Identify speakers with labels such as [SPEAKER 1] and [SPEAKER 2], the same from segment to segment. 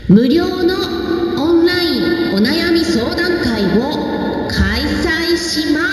[SPEAKER 1] 無料のオンラインお悩み相談会を開催します。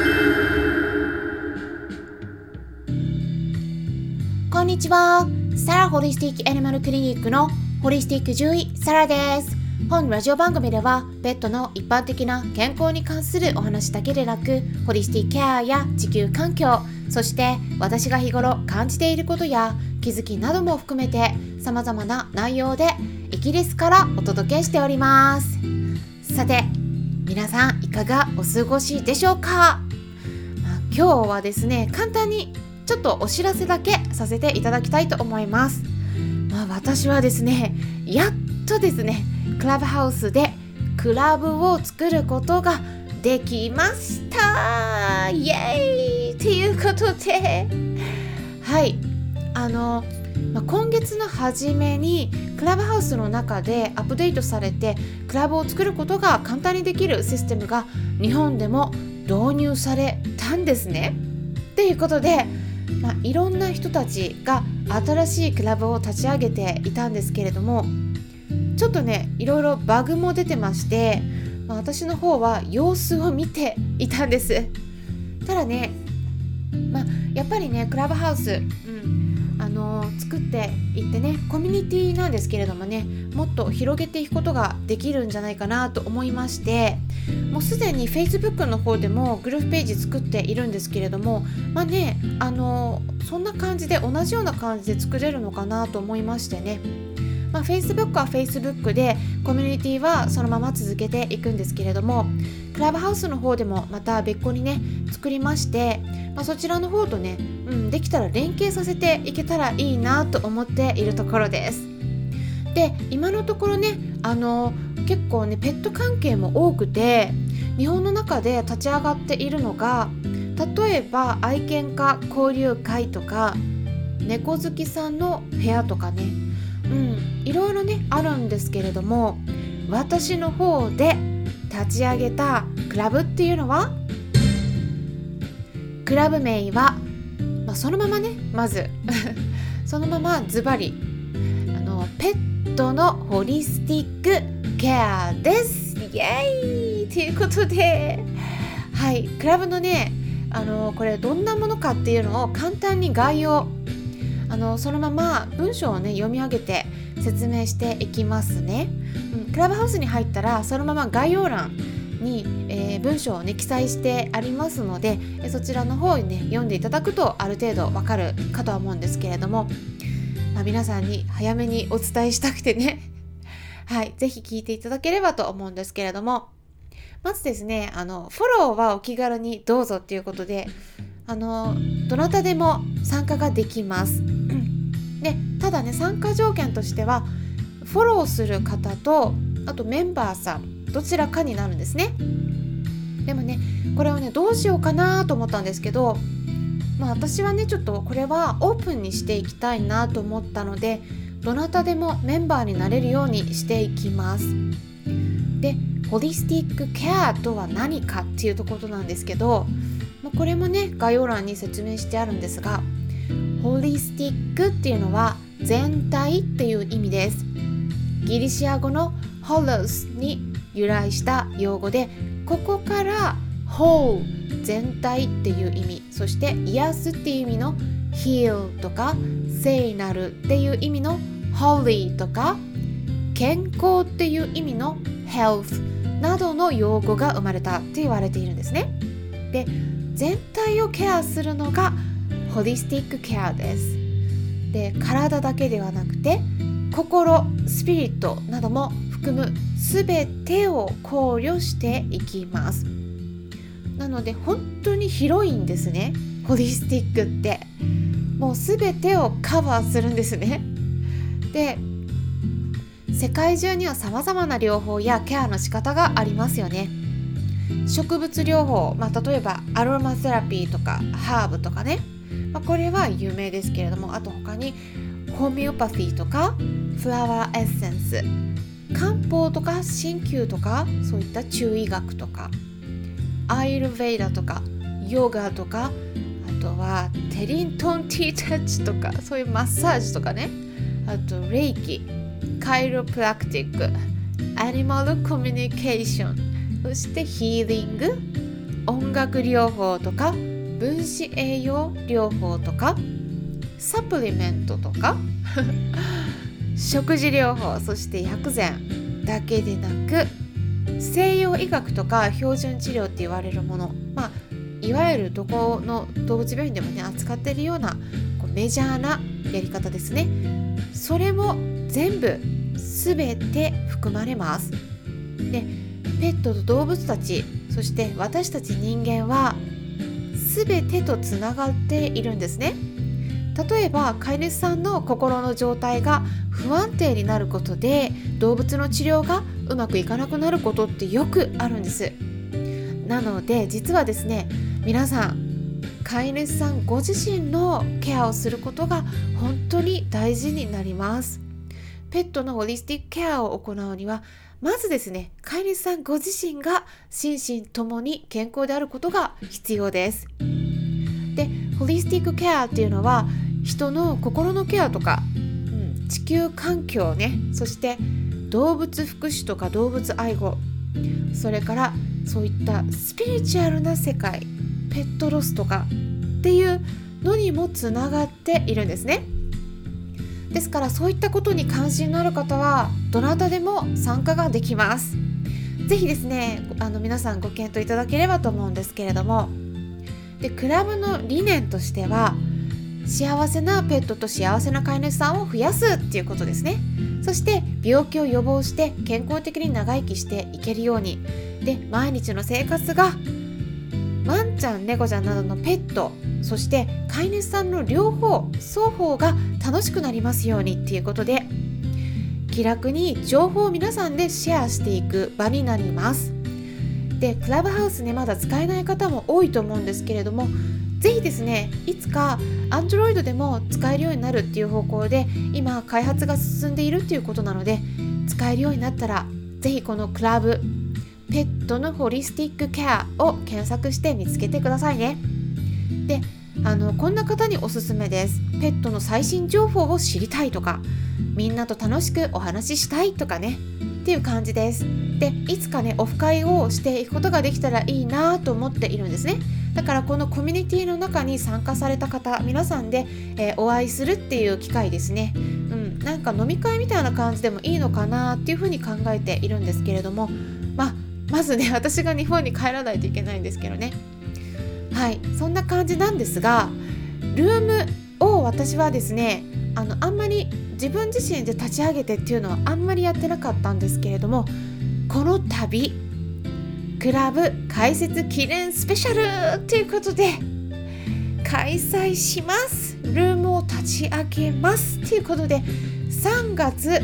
[SPEAKER 2] こんにちは。サラホリスティックアニマルクリニックのホリスティック獣医サラです。本ラジオ番組ではペットの一般的な健康に関するお話だけでなく、ホリスティックケアや地球環境、そして私が日頃感じていることや気づきなども含めて様々な内容でイギリスからお届けしております。さて皆さんいかがお過ごしでしょうか。今日はですね、簡単にちょっとお知らせだけさせていただきたいと思います。私はですね、やっとですね、クラブハウスでクラブを作ることができました。イエーイということで、はい、今月の初めにクラブハウスの中でアップデートされて、クラブを作ることが簡単にできるシステムが日本でも導入されたんですね。ということで、いろんな人たちが新しいクラブを立ち上げていたんですけれども、ちょっとね、いろいろバグも出てまして、私の方は様子を見ていたんです。ただね、やっぱりね、クラブハウス、作っていってね、コミュニティなんですけれどもね、もっと広げていくことができるんじゃないかなと思いまして、もうすでに Facebook の方でもグループページ作っているんですけれども、そんな感じで同じような感じで作れるのかなと思いましてね、Facebook は Facebook でコミュニティはそのまま続けていくんですけれども、クラブハウスの方でもまた別個にね作りまして、そちらの方とね、できたら連携させていけたらいいなと思っているところです。で、今のところね、結構ねペット関係も多くて、日本の中で立ち上がっているのが、例えば愛犬家交流会とか猫好きさんの部屋とかね、いろいろねあるんですけれども、私の方で立ち上げたクラブっていうのは、クラブ名は、そのままね、まずそのままズバリペットのホリスティックケアです。イエーイということで、はい、クラブのね、これどんなものかっていうのを簡単に概要、そのまま文章をね読み上げて説明していきますね。クラブハウスに入ったらそのまま概要欄に、文章をね記載してありますので、そちらの方にね読んでいただくとある程度わかるかとは思うんですけれども、皆さんに早めにお伝えしたくてねはい、ぜひ聞いていただければと思うんですけれども、まずですね、フォローはお気軽にどうぞっていうことで、どなたでも参加ができますで、ただね、参加条件としてはフォローする方と、あとメンバーさんどちらかになるんですね。でもね、これをねどうしようかなと思ったんですけど、私はねちょっとこれはオープンにしていきたいなと思ったので、どなたでもメンバーになれるようにしていきます。で、ホリスティックケアとは何かっていうところなんですけど、これもね概要欄に説明してあるんですが、ホリスティックっていうのは全体っていう意味です。ギリシア語のホロスに由来した用語で、ここからwhole 全体っていう意味、そして癒すっていう意味の heal とか、聖なるっていう意味の holy とか、健康っていう意味の health などの用語が生まれたって言われているんですね。で、全体をケアするのがホリスティックケアです。で、体だけではなくて心、スピリットなども含むすべてを考慮していきます。なので本当に広いんですね、ホリスティックって。もうすべてをカバーするんですね。で、世界中には様々な療法やケアの仕方がありますよね。植物療法、例えばアロマセラピーとかハーブとかね、これは有名ですけれども、あと他にホメオパシーとかフラワーエッセンス、漢方とか鍼灸とか、そういった中医学とかアイルベイダとかヨガとか、あとはテリントンティータッチとか、そういうマッサージとかね、あとレイキ、 カイロプラクティック、アニマルコミュニケーション、そしてヒーリング、音楽療法とか分子栄養療法とかサプリメントとか食事療法、そして薬膳だけでなく西洋医学とか標準治療って言われるもの、いわゆるどこの動物病院でもね扱っているようなメジャーなやり方ですね。それも全部全て含まれます。で、ペットと動物たち、そして私たち人間は全てとつながっているんですね。例えば飼い主さんの心の状態が不安定になることで動物の治療がうまくいかなくなることってよくあるんです。なので実はですね、皆さん飼い主さんご自身のケアをすることが本当に大事になります。ペットのホリスティックケアを行うにはまずですね、飼い主さんご自身が心身ともに健康であることが必要です。で、ホリスティックケアっていうのは人の心のケアとか、地球環境ね、そして動物福祉とか動物愛護、それからそういったスピリチュアルな世界、ペットロスとかっていうのにもつながっているんですね。ですからそういったことに関心のある方はどなたでも参加ができます。ぜひですね、皆さんご検討いただければと思うんですけれども、でクラブの理念としては幸せなペットと幸せな飼い主さんを増やすっていうことですね。そして病気を予防して健康的に長生きしていけるように、で毎日の生活がワンちゃん、猫ちゃんなどのペット、そして飼い主さんの両方、双方が楽しくなりますようにっていうことで、気楽に情報を皆さんでシェアしていく場になります。でクラブハウスね、まだ使えない方も多いと思うんですけれども、ぜひですね、いつか Android でも使えるようになるっていう方向で今開発が進んでいるっていうことなので、使えるようになったらぜひこのクラブペットのホリスティックケアを検索して見つけてくださいね。で、こんな方におすすめです。ペットの最新情報を知りたいとか、みんなと楽しくお話ししたいとかねっていう感じです。で、いつかねオフ会をしていくことができたらいいなと思っているんですね。だからこのコミュニティの中に参加された方皆さんで、お会いするっていう機会ですね。なんか飲み会みたいな感じでもいいのかなっていうふうに考えているんですけれども、まずね私が日本に帰らないといけないんですけどね。はい、そんな感じなんですが、ルームを私はですね、あんまり自分自身で立ち上げてっていうのはあんまりやってなかったんですけれども、この度クラブ開設記念スペシャルということで開催します。ルームを立ち上げますということで、3月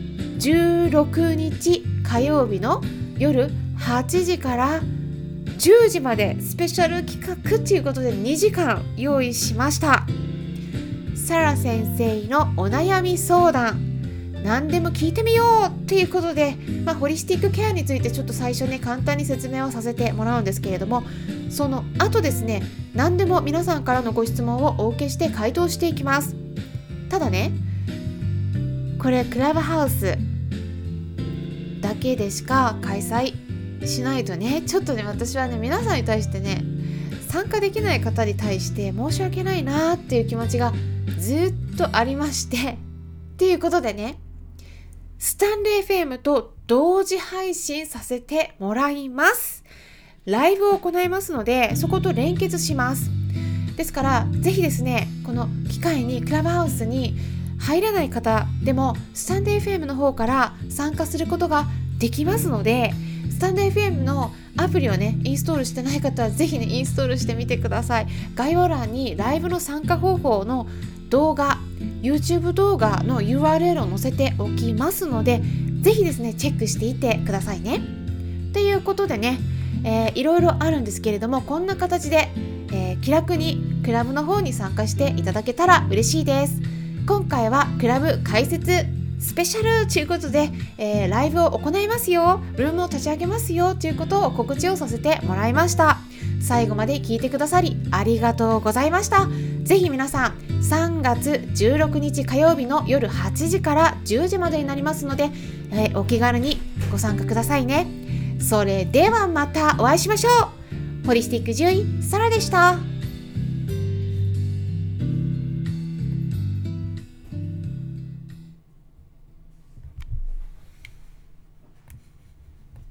[SPEAKER 2] 16日火曜日の夜8時から10時までスペシャル企画ということで2時間用意しました。サラ先生のお悩み相談、何でも聞いてみようっていうことで、ホリスティックケアについてちょっと最初ね簡単に説明をさせてもらうんですけれども、その後ですね、何でも皆さんからのご質問をお受けして回答していきます。ただね、これクラブハウスだけでしか開催しないとね、ちょっとね私はね皆さんに対してね参加できない方に対して申し訳ないなっていう気持ちがずっとありまして、っていうことでね、スタンレー FM と同時配信させてもらいます。ライブを行いますので、そこと連結します。ですからぜひですね、この機会にクラブハウスに入れない方でもスタンレー FM の方から参加することができますので、スタンレー FM のアプリをねインストールしてない方はぜひねインストールしてみてください。概要欄にライブの参加方法の動画、YouTube 動画の URL を載せておきますので、ぜひですねチェックしていてくださいね。ということでね、いろいろあるんですけれども、こんな形で、気楽にクラブの方に参加していただけたら嬉しいです。今回はクラブ開設スペシャルということで、ライブを行いますよ、ルームを立ち上げますよということを告知をさせてもらいました。最後まで聞いてくださりありがとうございました。 ぜひ皆さん3月16日火曜日の夜8時から10時までになりますので、お気軽にご参加くださいね。それではまたお会いしましょう。ホリスティック獣医サラでした。